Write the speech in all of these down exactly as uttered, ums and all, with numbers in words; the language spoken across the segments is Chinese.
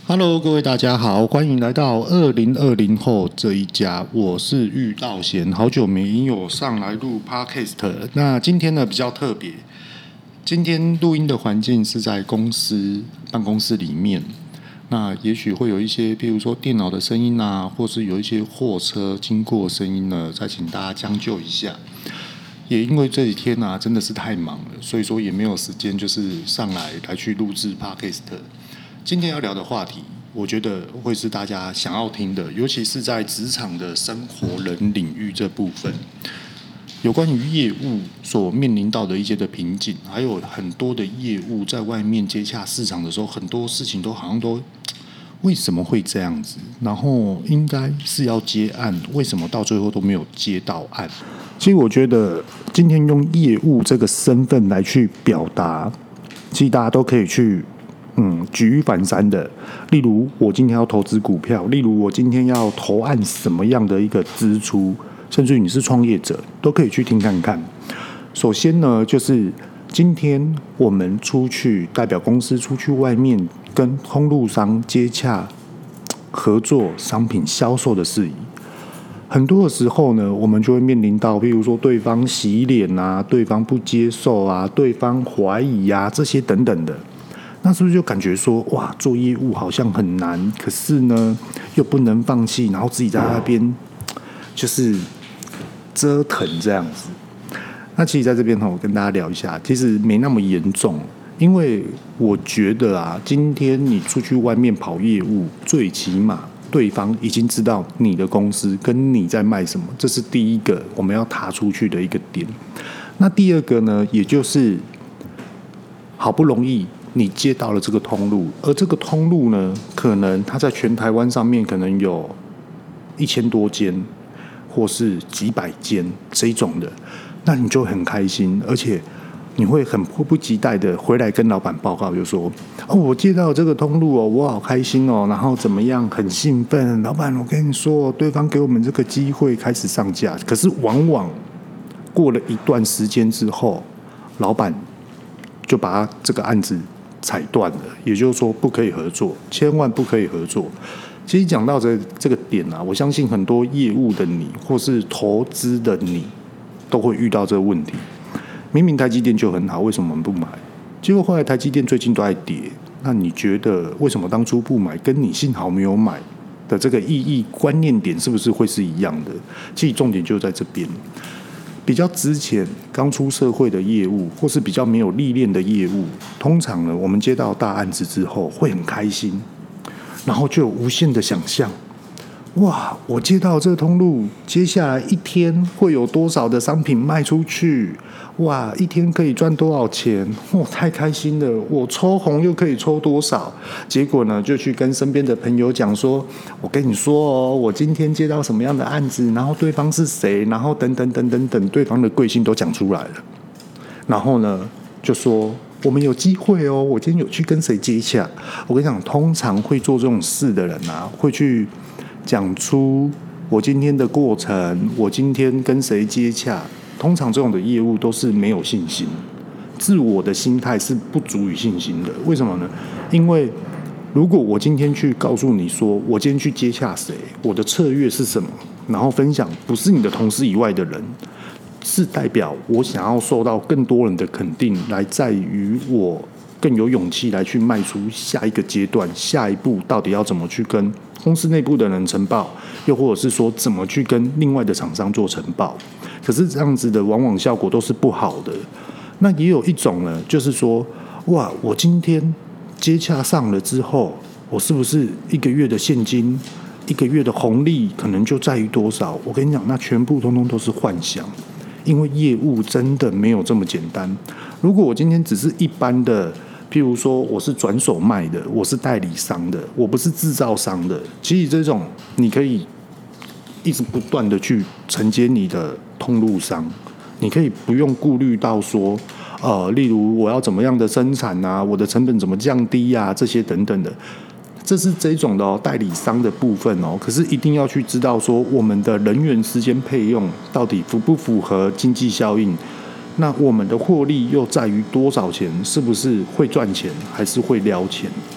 Hello，各位大家好，欢迎来到二零二零后这一家，我是玉道贤，好久没有上来录 Podcast。那今天呢比较特别，今天录音的环境是在公司办公室里面，那也许会有一些，譬如说电脑的声音啊，或是有一些货车经过的声音呢，再请大家将就一下。也因为这几天啊真的是太忙了，所以说也没有时间就是上来来去录制 Podcast。今天要聊的话题，我觉得会是大家想要听的，尤其是在职场的生活人领域这部分，有关于业务所面临到的一些的瓶颈，还有很多的业务在外面接洽市场的时候，很多事情都好像都为什么会这样子，然后应该是要接案，为什么到最后都没有接到案？其实我觉得今天用业务这个身份来去表达，其实大家都可以去嗯，举一反三的，例如我今天要投资股票，例如我今天要投案什么样的一个支出，甚至于你是创业者，都可以去听看看。首先呢，就是今天我们出去代表公司出去外面跟通路商接洽合作商品销售的事宜，很多的时候呢，我们就会面临到，譬如说对方洗脸啊，对方不接受啊，对方怀疑啊，这些等等的。那是不是就感觉说，哇，做业务好像很难，可是呢又不能放弃，然后自己在那边就是折腾这样子。那其实在这边我跟大家聊一下，其实没那么严重，因为我觉得啊，今天你出去外面跑业务，最起码对方已经知道你的公司跟你在卖什么，这是第一个我们要踏出去的一个点。那第二个呢，也就是好不容易你接到了这个通路，而这个通路呢，可能它在全台湾上面可能有一千多间，或是几百间这种的，那你就很开心，而且你会很迫不及待的回来跟老板报告，就说：“哦，我接到这个通路哦，我好开心哦，然后怎么样，很兴奋。老板，我跟你说，对方给我们这个机会开始上架。可是往往过了一段时间之后，老板就把他这个案子踩断了，也就是说不可以合作，千万不可以合作。其实讲到这这个点啊，我相信很多业务的你，或是投资的你，都会遇到这个问题。明明台积电就很好，为什么我们不买？结果后来台积电最近都在跌，那你觉得为什么当初不买，跟你幸好没有买的这个意义观念点是不是会是一样的？其实重点就在这边。比较之前刚出社会的业务，或是比较没有历练的业务，通常呢，我们接到大案子之后会很开心，然后就有无限的想象。哇，我接到这个通路，接下来一天会有多少的商品卖出去？哇，一天可以赚多少钱？哇，太开心了！我抽红又可以抽多少？结果呢，就去跟身边的朋友讲说：“我跟你说哦，我今天接到什么样的案子，然后对方是谁，然后等等等等等，对方的贵姓都讲出来了。然后呢，就说我们有机会哦，我今天有去跟谁接洽。我跟你讲，通常会做这种事的人啊，会去讲出我今天的过程，我今天跟谁接洽。通常这种的业务都是没有信心，自我的心态是不足以信心的。为什么呢？因为如果我今天去告诉你说，我今天去接洽谁，我的策略是什么，然后分享不是你的同事以外的人，是代表我想要受到更多人的肯定，来在于我更有勇气来去迈出下一个阶段，下一步到底要怎么去跟公司内部的人呈报，又或者是说怎么去跟另外的厂商做呈报。可是这样子的往往效果都是不好的。那也有一种呢，就是说，哇，我今天接洽上了之后，我是不是一个月的现金，一个月的红利可能就在于多少？我跟你讲，那全部通通都是幻想，因为业务真的没有这么简单。如果我今天只是一般的，譬如说我是转手卖的，我是代理商的，我不是制造商的，其实这种你可以一直不断的去承接你的通路商，你可以不用顾虑到说，呃，例如我要怎么样的生产啊，我的成本怎么降低啊，这些等等的，这是这种的哦，代理商的部分哦。可是一定要去知道说，我们的人员时间配用到底符不符合经济效应？那我们的获利又在于多少钱？是不是会赚钱，还是会撩钱？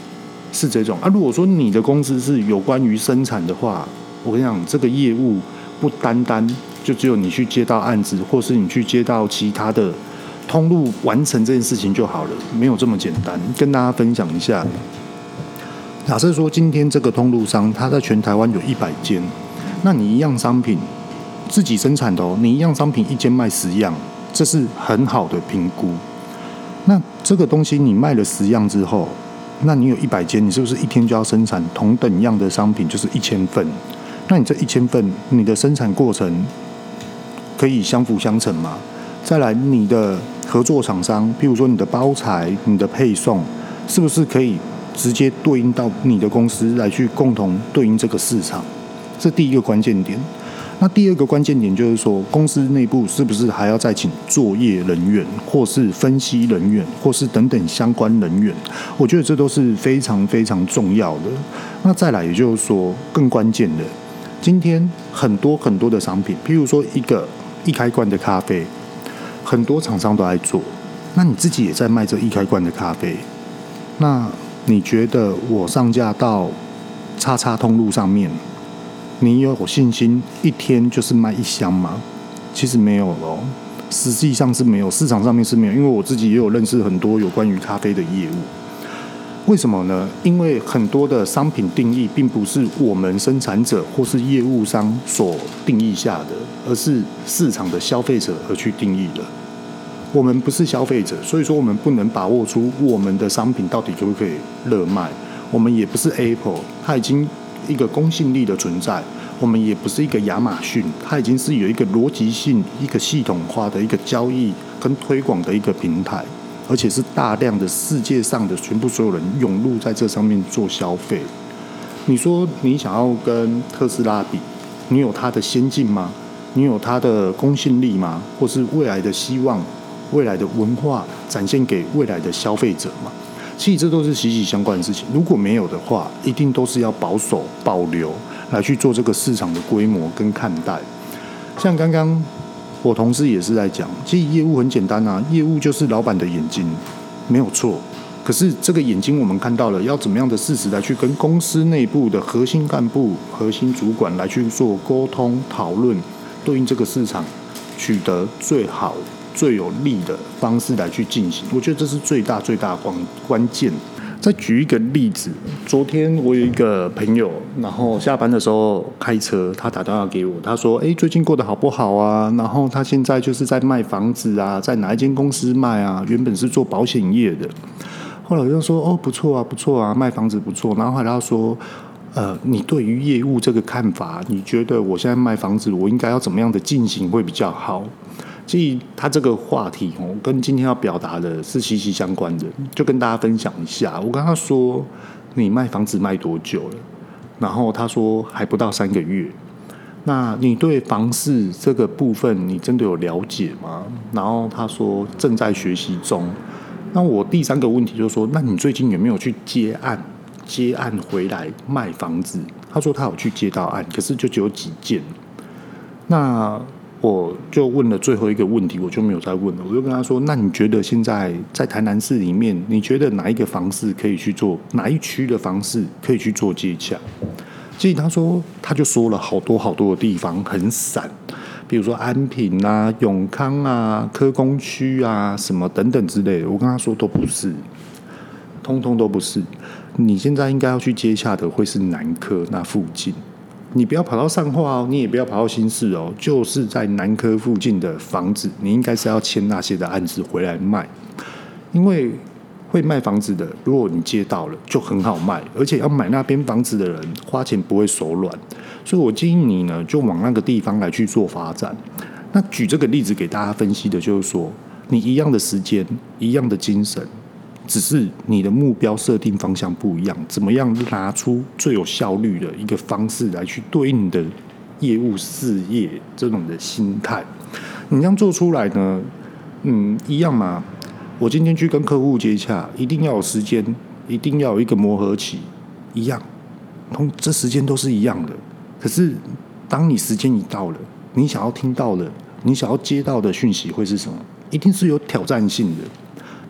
是这种啊。如果说你的公司是有关于生产的话，我跟你讲，这个业务不单单就只有你去接到案子，或是你去接到其他的通路完成这件事情就好了，没有这么简单。跟大家分享一下，假设说今天这个通路商他在全台湾有一百间，那你一样商品自己生产的哦，你一样商品一间卖十样，这是很好的评估。那这个东西你卖了十样之后，那你有一百间，你是不是一天就要生产同等样的商品，就是一千份？那你这一千份，你的生产过程可以相辅相成吗？再来，你的合作厂商，譬如说你的包材、你的配送，是不是可以直接对应到你的公司来去共同对应这个市场？这第一个关键点。那第二个关键点就是说，公司内部是不是还要再请作业人员，或是分析人员，或是等等相关人员？我觉得这都是非常非常重要的。那再来，也就是说，更关键的，今天很多很多的商品，譬如说一个一开罐的咖啡，很多厂商都在做，那你自己也在卖这一开罐的咖啡，那你觉得我上架到叉叉通路上面，你有信心一天就是卖一箱吗？其实没有咯，实际上是没有，市场上面是没有，因为我自己也有认识很多有关于咖啡的业务。为什么呢？因为很多的商品定义并不是我们生产者或是业务商所定义下的，而是市场的消费者而去定义的。我们不是消费者，所以说我们不能把握出我们的商品到底可不可以热卖。我们也不是 Apple， 它已经一个公信力的存在。我们也不是一个亚马逊，它已经是有一个逻辑性、一个系统化的一个交易跟推广的一个平台，而且是大量的世界上的全部所有人涌入在这上面做消费。你说你想要跟特斯拉比，你有它的先进吗？你有它的公信力吗？或是未来的希望、未来的文化展现给未来的消费者吗？其实这都是息息相关的事情。如果没有的话，一定都是要保守、保留来去做这个市场的规模跟看待。像刚刚我同事也是在讲，其实业务很简单啊，业务就是老板的眼睛，没有错。可是这个眼睛我们看到了，要怎么样的事实来去跟公司内部的核心干部、核心主管来去做沟通讨论，对应这个市场取得最好最有利的方式来去进行，我觉得这是最大最大的关键。再举一个例子，昨天我有一个朋友，然后下班的时候开车，他打电话给我，他说：“哎，最近过得好不好啊？”然后他现在就是在卖房子啊，在哪一间公司卖啊？原本是做保险业的，后来我就说：“哦，不错啊，不错啊，卖房子不错。”然后后来他说：“呃，你对于业务这个看法，你觉得我现在卖房子，我应该要怎么样的进行会比较好？”其实他这个话题哦，跟今天要表达的是息息相关的，就跟大家分享一下。我跟他说：“你卖房子卖多久了？”然后他说：“还不到三个月。”那你对房市这个部分，你真的有了解吗？然后他说：“正在学习中。”那我第三个问题就是说：“那你最近有没有去接案？接案回来卖房子？”他说他有去接到案，可是就只有几件。那我就问了最后一个问题，我就没有再问了。我就跟他说：“那你觉得现在在台南市里面，你觉得哪一个房市可以去做，哪一区的房市可以去做接洽？”其实他说，他就说了好多好多的地方很散，比如说安平啊、永康啊、科工区啊什么等等之类的。我跟他说都不是，通通都不是。你现在应该要去接洽的会是南科那附近。你不要跑到上化哦，你也不要跑到新市哦，就是在南科附近的房子，你应该是要签那些的案子回来卖，因为会卖房子的，如果你接到了就很好卖，而且要买那边房子的人花钱不会手软，所以我建议你呢，就往那个地方来去做发展。那举这个例子给大家分析的就是说，你一样的时间，一样的精神。只是你的目标设定方向不一样，怎么样拿出最有效率的一个方式来去对应你的业务事业这种的心态，你这样做出来呢，嗯，一样嘛。我今天去跟客户接洽，一定要有时间，一定要有一个磨合期，一样，同这时间都是一样的。可是当你时间一到了，你想要听到的，你想要接到的讯息会是什么？一定是有挑战性的。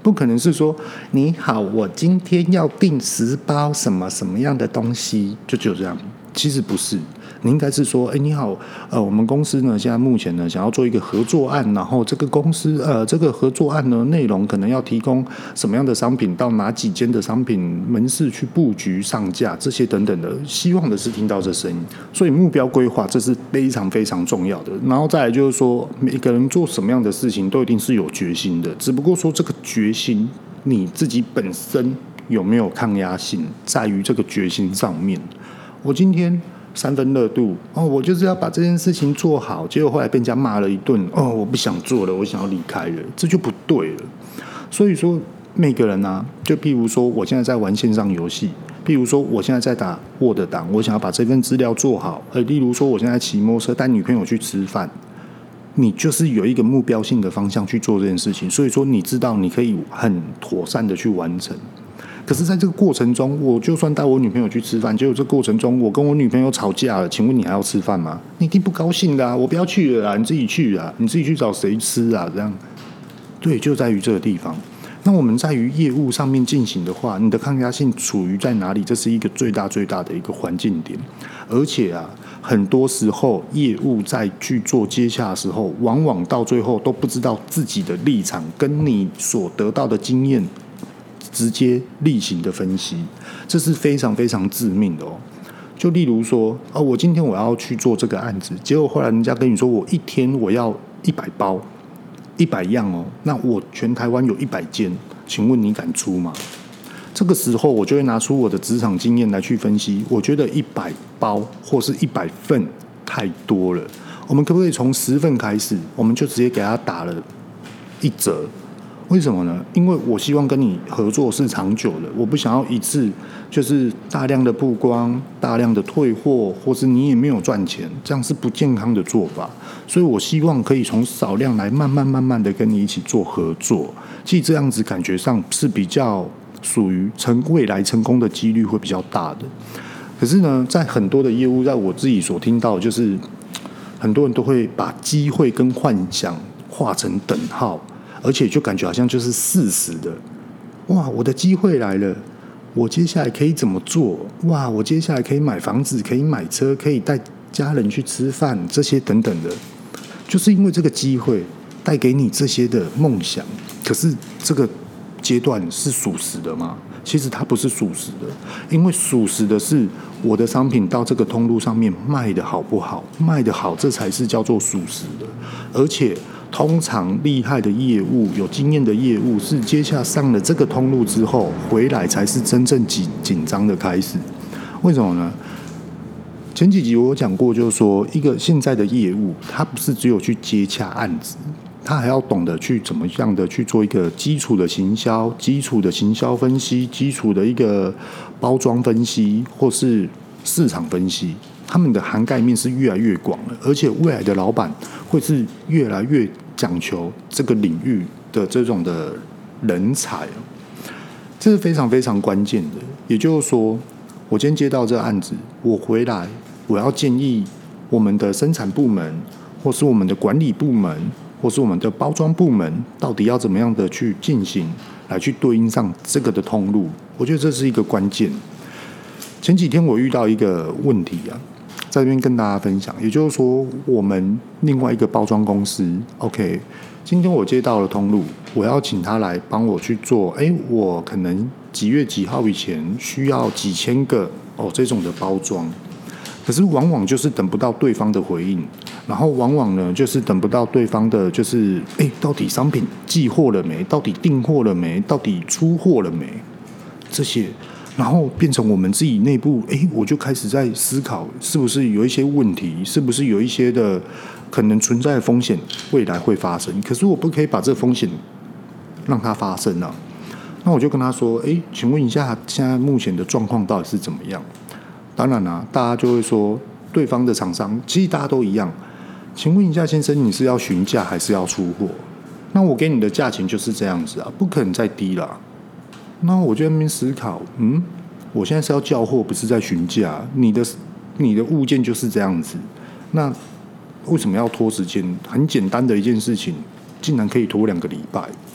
不可能是说你好，我今天要订十包什么什么样的东西，就只有这样。其实不是，你应该是说，哎，你好，呃，我们公司呢，现在目前呢，想要做一个合作案，然后这个公司，呃，这个合作案呢，内容可能要提供什么样的商品到哪几间的商品门市去布局上架，这些等等的，希望的是听到这声音。所以目标规划这是非常非常重要的。然后再来就是说，每个人做什么样的事情都一定是有决心的，只不过说这个决心你自己本身有没有抗压性，在于这个决心上面。我今天三分热度哦，我就是要把这件事情做好，结果后来被人家骂了一顿哦，我不想做了，我想要离开了，这就不对了。所以说每个人啊，就譬如说我现在在玩线上游戏，譬如说我现在在打 Word 档，我想要把这份资料做好，呃，例如说我现在骑摩托车带女朋友去吃饭，你就是有一个目标性的方向去做这件事情，所以说你知道你可以很妥善的去完成。可是在这个过程中，我就算带我女朋友去吃饭，结果这个过程中我跟我女朋友吵架了，请问你还要吃饭吗？你一定不高兴的啊，我不要去了啦，你自己去啊，你自己去找谁吃啊，这样。对，就在于这个地方。那我们在于业务上面进行的话，你的抗压性处于在哪里？这是一个最大最大的一个环境点。而且啊，很多时候业务在去做接洽的时候，往往到最后都不知道自己的立场跟你所得到的经验直接例行的分析，这是非常非常致命的哦。就例如说，哦，我今天我要去做这个案子，结果后来人家跟你说，我一天我要一百包，一百样哦，那我全台湾有一百间，请问你敢出吗？这个时候我就会拿出我的职场经验来去分析，我觉得一百包或是一百份太多了，我们可不可以从十份开始，我们就直接给他打了一折？为什么呢？因为我希望跟你合作是长久的，我不想要一次就是大量的曝光、大量的退货，或是你也没有赚钱，这样是不健康的做法。所以我希望可以从少量来慢慢慢慢的跟你一起做合作。其实这样子感觉上是比较属于成未来成功的几率会比较大的。可是呢，在很多的业务，在我自己所听到，就是很多人都会把机会跟幻想画成等号。而且就感觉好像就是事实的，哇！我的机会来了，我接下来可以怎么做？哇！我接下来可以买房子，可以买车，可以带家人去吃饭，这些等等的，就是因为这个机会带给你这些的梦想。可是这个阶段是属实的吗？其实它不是属实的，因为属实的是我的商品到这个通路上面卖的好不好，卖的好，这才是叫做属实的，而且。通常厉害的业务、有经验的业务，是接下上了这个通路之后，回来才是真正紧紧张的开始。为什么呢？前几集我有讲过，就是说，一个现在的业务，它不是只有去接洽案子，他还要懂得去怎么样的去做一个基础的行销、基础的行销分析、基础的一个包装分析，或是市场分析。他们的涵盖面是越来越广了，而且未来的老板会是越来越讲求这个领域的这种的人才，这是非常非常关键的。也就是说，我今天接到这个案子，我回来我要建议我们的生产部门，或是我们的管理部门，或是我们的包装部门，到底要怎么样的去进行，来去对应上这个的通路。我觉得这是一个关键。前几天我遇到一个问题啊。在这边跟大家分享，也就是说，我们另外一个包装公司 ，OK， 今天我接到了通路，我要请他来帮我去做，哎，我可能几月几号以前需要几千个哦这种的包装，可是往往就是等不到对方的回应，然后往往呢就是等不到对方的，就是哎，到底商品寄货了没？到底订货了没？到底出货了没？这些。然后变成我们自己内部，哎，我就开始在思考，是不是有一些问题，是不是有一些的可能存在的风险，未来会发生。可是我不可以把这个风险让它发生啊。那我就跟他说，哎，请问一下，现在目前的状况到底是怎么样？当然啦、啊，大家就会说，对方的厂商其实大家都一样。请问一下，先生，你是要询价还是要出货？那我给你的价钱就是这样子啊，不可能再低啦。那我就在那边思考，嗯，我现在是要叫货，不是在询价。你的你的物件就是这样子，那为什么要拖时间？很简单的一件事情，竟然可以拖两个礼拜。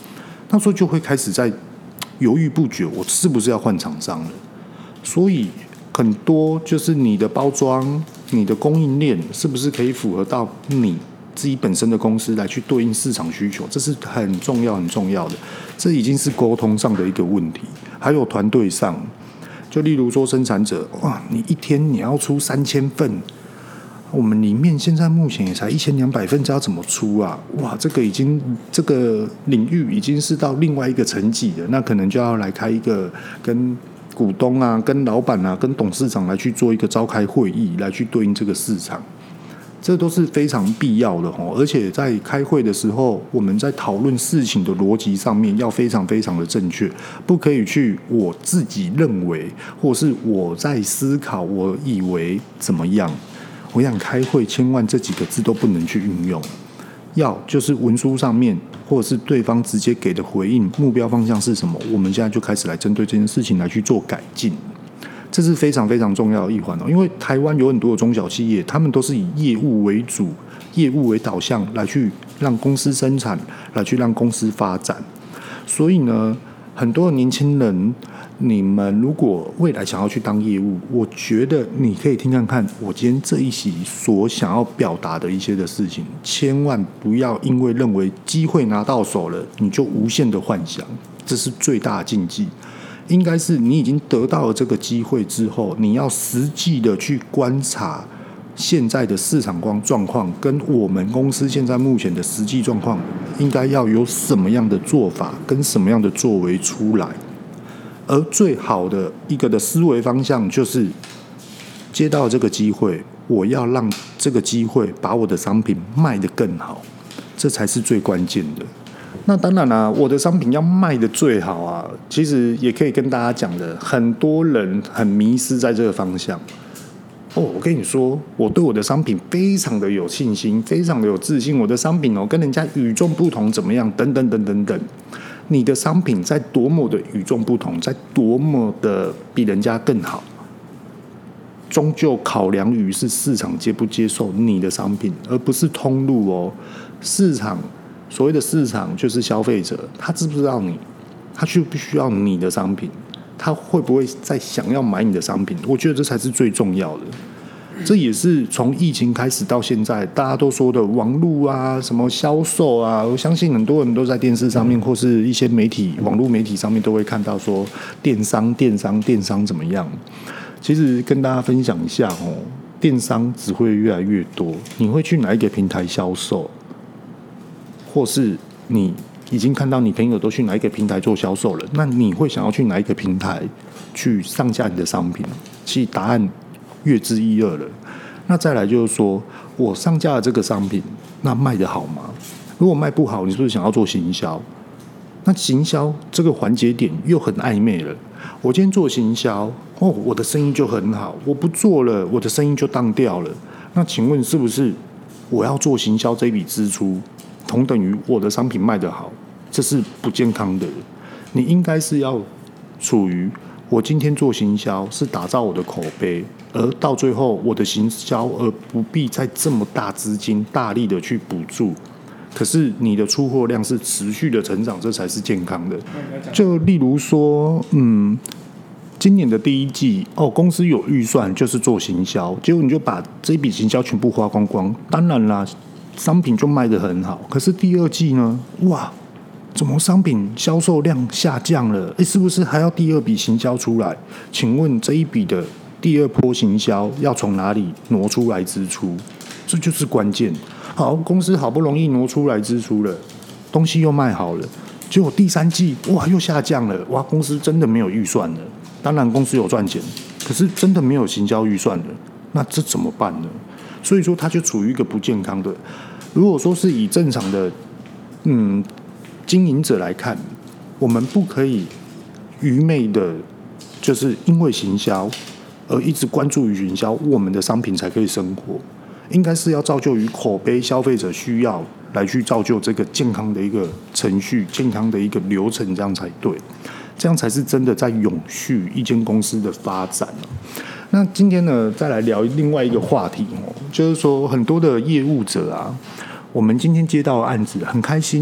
那时候就会开始在犹豫不决，我是不是要换厂商了？所以很多就是你的包装、你的供应链是不是可以符合到你自己本身的公司来去对应市场需求，这是很重要很重要的。这已经是沟通上的一个问题，还有团队上，就例如说生产者，哇，你一天你要出三千份，我们里面现在目前也才一千两百份，这要怎么出啊？哇，这个已经这个领域已经是到另外一个层级了，那可能就要来开一个跟股东啊、跟老板啊、跟董事长来去做一个召开会议，来去对应这个市场。这都是非常必要的，而且在开会的时候，我们在讨论事情的逻辑上面要非常非常的正确，不可以去我自己认为，或是我在思考，我以为怎么样。我想开会千万这几个字都不能去运用，要就是文书上面或者是对方直接给的回应，目标方向是什么，我们现在就开始来针对这件事情来去做改进。这是非常非常重要的一环哦，因为台湾有很多的中小企业，他们都是以业务为主、业务为导向来去让公司生产，来去让公司发展。所以呢，很多的年轻人，你们如果未来想要去当业务，我觉得你可以听看看我今天这一席所想要表达的一些的事情，千万不要因为认为机会拿到手了，你就无限的幻想，这是最大的禁忌。应该是你已经得到了这个机会之后，你要实际的去观察现在的市场光状况，跟我们公司现在目前的实际状况，应该要有什么样的做法跟什么样的作为出来。而最好的一个的思维方向就是接到这个机会，我要让这个机会把我的商品卖得更好，这才是最关键的。那当然啦、啊，我的商品要卖得最好啊，其实也可以跟大家讲的，很多人很迷失在这个方向。哦，我跟你说，我对我的商品非常的有信心，非常的有自信，我的商品哦跟人家与众不同，怎么样？等等等等等。你的商品在多么的与众不同，在多么的比人家更好，终究考量于是市场接不接受你的商品，而不是通路哦。市场。所谓的市场就是消费者，他知不知道你，他需不需要你的商品，他会不会再想要买你的商品？我觉得这才是最重要的。这也是从疫情开始到现在，大家都说的网路啊，什么销售啊，我相信很多人都在电视上面或是一些媒体、网络媒体上面都会看到说电商、电商、电商怎么样。其实跟大家分享一下哦，电商只会越来越多，你会去哪一个平台销售？或是你已经看到你朋友都去哪一个平台做销售了，那你会想要去哪一个平台去上架你的商品？其实答案略知一二了。那再来就是说，我上架了这个商品，那卖得好吗？如果卖不好，你是不是想要做行销？那行销这个环节点又很暧昧了。我今天做行销，哦，我的生意就很好；我不做了，我的生意就当掉了。那请问是不是我要做行销这笔支出？同等于我的商品卖得好，这是不健康的。你应该是要处于我今天做行销是打造我的口碑，而到最后我的行销而不必再这么大资金大力的去补助，可是你的出货量是持续的成长，这才是健康的。就例如说，嗯，今年的第一季哦，公司有预算就是做行销，结果你就把这一笔行销全部花光光，当然啦。商品就卖得很好，可是第二季呢？哇，怎么商品销售量下降了？诶，是不是还要第二笔行销出来？请问这一笔的第二波行销要从哪里挪出来支出？这就是关键。好，公司好不容易挪出来支出了，东西又卖好了，结果第三季哇又下降了，哇，公司真的没有预算了。当然公司有赚钱，可是真的没有行销预算了，那这怎么办呢？所以说，它就处于一个不健康的。如果说是以正常的嗯经营者来看，我们不可以愚昧的，就是因为行销而一直关注于行销，我们的商品才可以生活。应该是要造就于口碑、消费者需要来去造就这个健康的一个程序、健康的一个流程，这样才对。这样才是真的在永续一间公司的发展。那今天呢，再来聊另外一个话题哦，就是说很多的业务者啊，我们今天接到的案子很开心，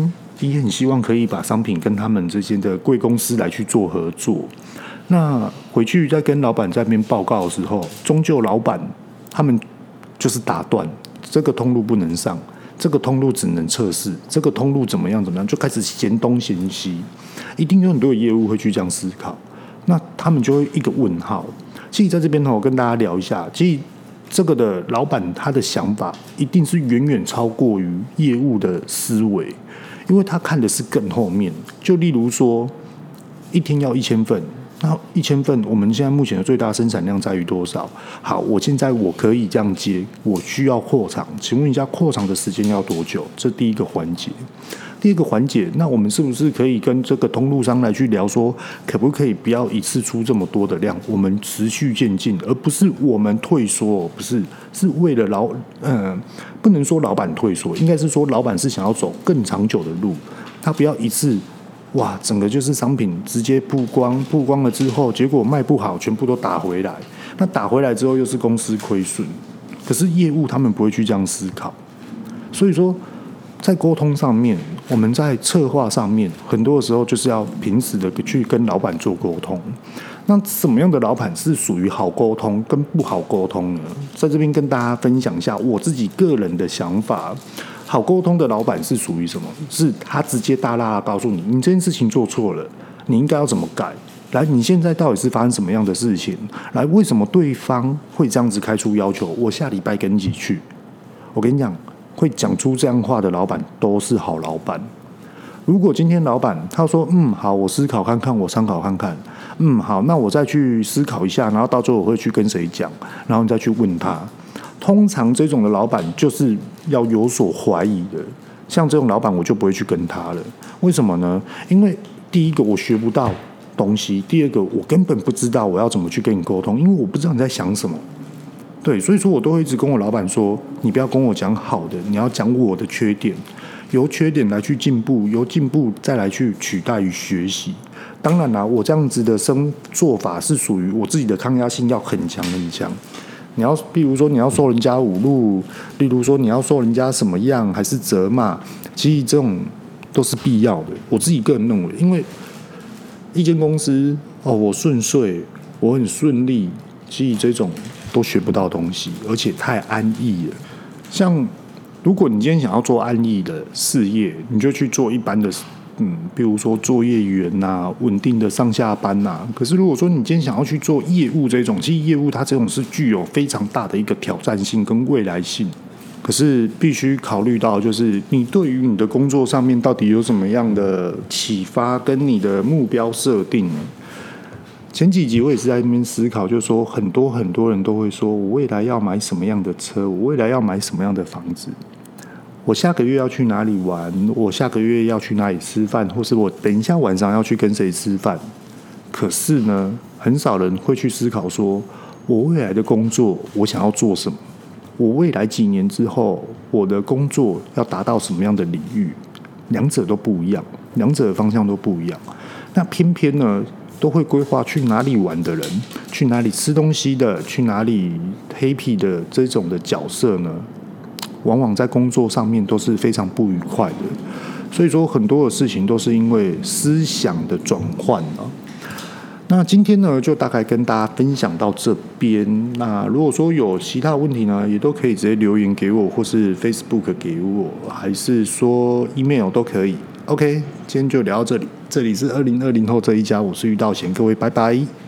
也很希望可以把商品跟他们之间的贵公司来去做合作。那回去再跟老板在那边报告的时候，终究老板他们就是打断，这个通路不能上，这个通路只能测试，这个通路怎么样怎么样，就开始嫌东嫌西，一定有很多的业务会去这样思考，那他们就会一个问号。其实在这边我跟大家聊一下，其实这个的老板他的想法一定是远远超过于业务的思维，因为他看的是更后面。就例如说，一天要一千份。那一千份，我们现在目前的最大生产量在于多少？好，我现在我可以这样接，我需要扩厂，请问一下，扩厂的时间要多久？这第一个环节。第二个环节，那我们是不是可以跟这个通路商来去聊说，可不可以不要一次出这么多的量，我们持续渐进，而不是我们退缩，不是，是为了老，嗯，不能说老板退缩，应该是说老板是想要走更长久的路，他不要一次。哇，整个就是商品直接曝光，曝光了之后，结果卖不好，全部都打回来。那打回来之后，又是公司亏损。可是业务他们不会去这样思考，所以说在沟通上面，我们在策划上面，很多的时候就是要平时的去跟老板做沟通。那什么样的老板是属于好沟通跟不好沟通呢？在这边跟大家分享一下我自己个人的想法。好沟通的老板是属于什么？是他直接大大的告诉你，你这件事情做错了，你应该要怎么改。来，你现在到底是发生什么样的事情？来，为什么对方会这样子开出要求？我下礼拜跟你一起去。我跟你讲，会讲出这样话的老板都是好老板。如果今天老板他说，嗯，好，我思考看看，我参考看看，嗯，好，那我再去思考一下，然后到最后我会去跟谁讲，然后你再去问他。通常这种的老板就是要有所怀疑的，像这种老板我就不会去跟他了。为什么呢？因为第一个我学不到东西，第二个我根本不知道我要怎么去跟你沟通，因为我不知道你在想什么。对，所以说我都会一直跟我老板说，你不要跟我讲好的，你要讲我的缺点，由缺点来去进步，由进步再来去取代于学习。当然啦，我这样子的生做法是属于我自己的抗压性要很强很强。你要，比如说你要说人家侮辱，例如说你要说人家什么样，还是责骂，其实这种都是必要的。我自己个人认为，因为一间公司哦，我顺遂，我很顺利，其实这种都学不到东西，而且太安逸了。像如果你今天想要做安逸的事业，你就去做一般的。嗯，比如说作业员呐、啊，稳定的上下班呐、啊。可是如果说你今天想要去做业务这种，其实业务它这种是具有非常大的一个挑战性跟未来性。可是必须考虑到，就是你对于你的工作上面到底有什么样的启发，跟你的目标设定呢？前几集我也是在那边思考，就是说很多很多人都会说，我未来要买什么样的车，我未来要买什么样的房子。我下个月要去哪里玩？我下个月要去哪里吃饭？或是我等一下晚上要去跟谁吃饭？可是呢，很少人会去思考说，我未来的工作我想要做什么？我未来几年之后，我的工作要达到什么样的领域？两者都不一样，两者的方向都不一样。那偏偏呢，都会规划去哪里玩的人，去哪里吃东西的，去哪里 happy 的这种的角色呢？往往在工作上面都是非常不愉快的，所以说很多的事情都是因为思想的转换啊。那今天呢，就大概跟大家分享到这边。那如果说有其他问题呢，也都可以直接留言给我，或是 Facebook 给我，还是说 email 都可以。OK， 今天就聊到这里。这里是二零二零后这一家，我是玉道贤，各位拜拜。